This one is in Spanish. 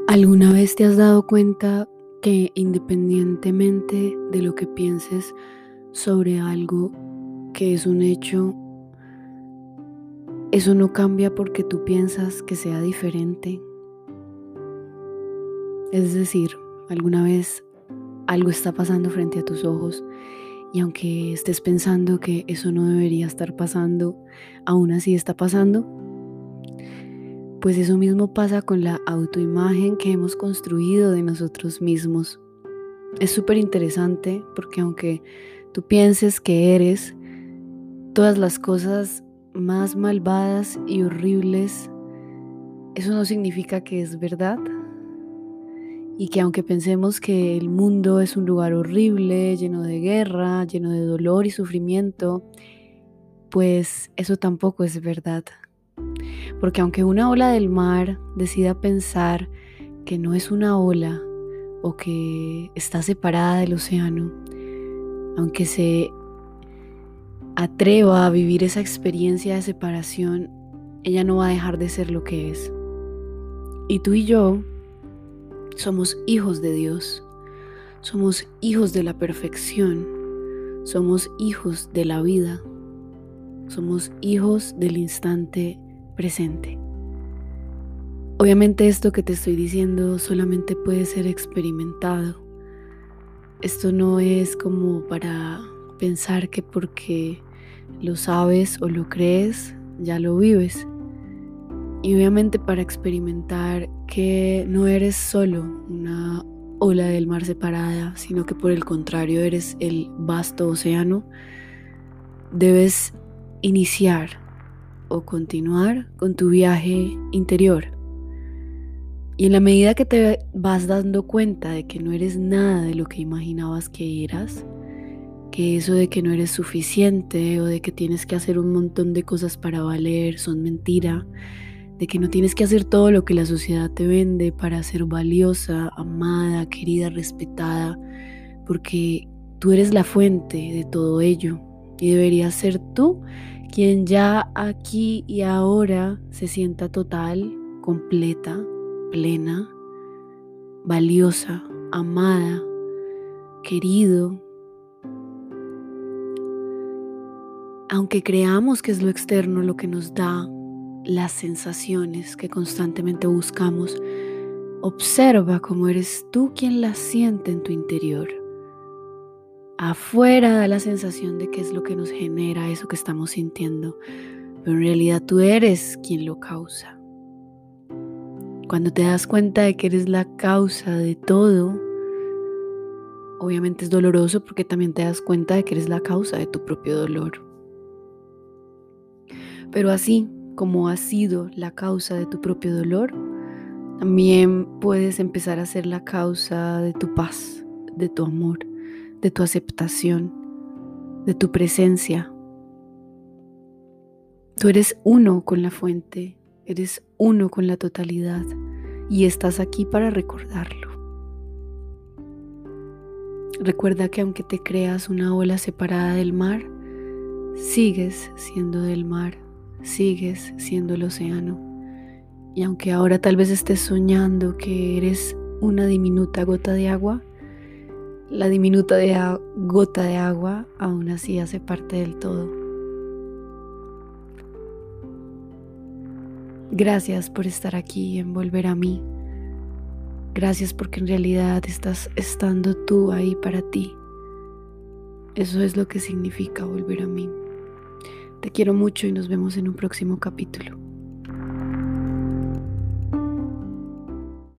¿Alguna vez te has dado cuenta que independientemente de lo que pienses sobre algo que es un hecho, eso no cambia porque tú piensas que sea diferente? Es decir, alguna vez algo está pasando frente a tus ojos y aunque estés pensando que eso no debería estar pasando, aún así está pasando. Pues eso mismo pasa con la autoimagen que hemos construido de nosotros mismos. Es súper interesante porque aunque tú pienses que eres todas las cosas más malvadas y horribles, eso no significa que es verdad. Y que aunque pensemos que el mundo es un lugar horrible, lleno de guerra, lleno de dolor y sufrimiento, pues eso tampoco es verdad. Porque aunque una ola del mar decida pensar que no es una ola o que está separada del océano, aunque se atreva a vivir esa experiencia de separación, ella no va a dejar de ser lo que es. Y tú y yo somos hijos de Dios, somos hijos de la perfección, somos hijos de la vida, somos hijos del instante presente. Obviamente esto que te estoy diciendo solamente puede ser experimentado. Esto no es como para pensar que porque lo sabes o lo crees, ya lo vives. Y obviamente para experimentar que no eres solo una ola del mar separada, sino que por el contrario eres el vasto océano, debes iniciar o continuar con tu viaje interior. Y en la medida que te vas dando cuenta de que no eres nada de lo que imaginabas que eras, que eso de que no eres suficiente o de que tienes que hacer un montón de cosas para valer son mentira, de que no tienes que hacer todo lo que la sociedad te vende para ser valiosa, amada, querida, respetada, porque tú eres la fuente de todo ello y deberías ser tú quien ya aquí y ahora se sienta total, completa, plena, valiosa, amada, querido. Aunque creamos que es lo externo lo que nos da las sensaciones que constantemente buscamos, observa cómo eres tú quien las siente en tu interior. Afuera da la sensación de que es lo que nos genera eso que estamos sintiendo, pero en realidad tú eres quien lo causa. Cuando te das cuenta de que eres la causa de todo, obviamente es doloroso porque también te das cuenta de que eres la causa de tu propio dolor. Pero así como has sido la causa de tu propio dolor, también puedes empezar a ser la causa de tu paz, de tu amor, de tu aceptación, de tu presencia. Tú eres uno con la fuente, eres uno con la totalidad y estás aquí para recordarlo. Recuerda que aunque te creas una ola separada del mar, sigues siendo del mar, sigues siendo el océano. Y aunque ahora tal vez estés soñando que eres una diminuta gota de agua, la diminuta gota de agua aún así hace parte del todo. Gracias por estar aquí en Volver a mí. Gracias porque en realidad estás estando tú ahí para ti. Eso es lo que significa volver a mí. Te quiero mucho y nos vemos en un próximo capítulo.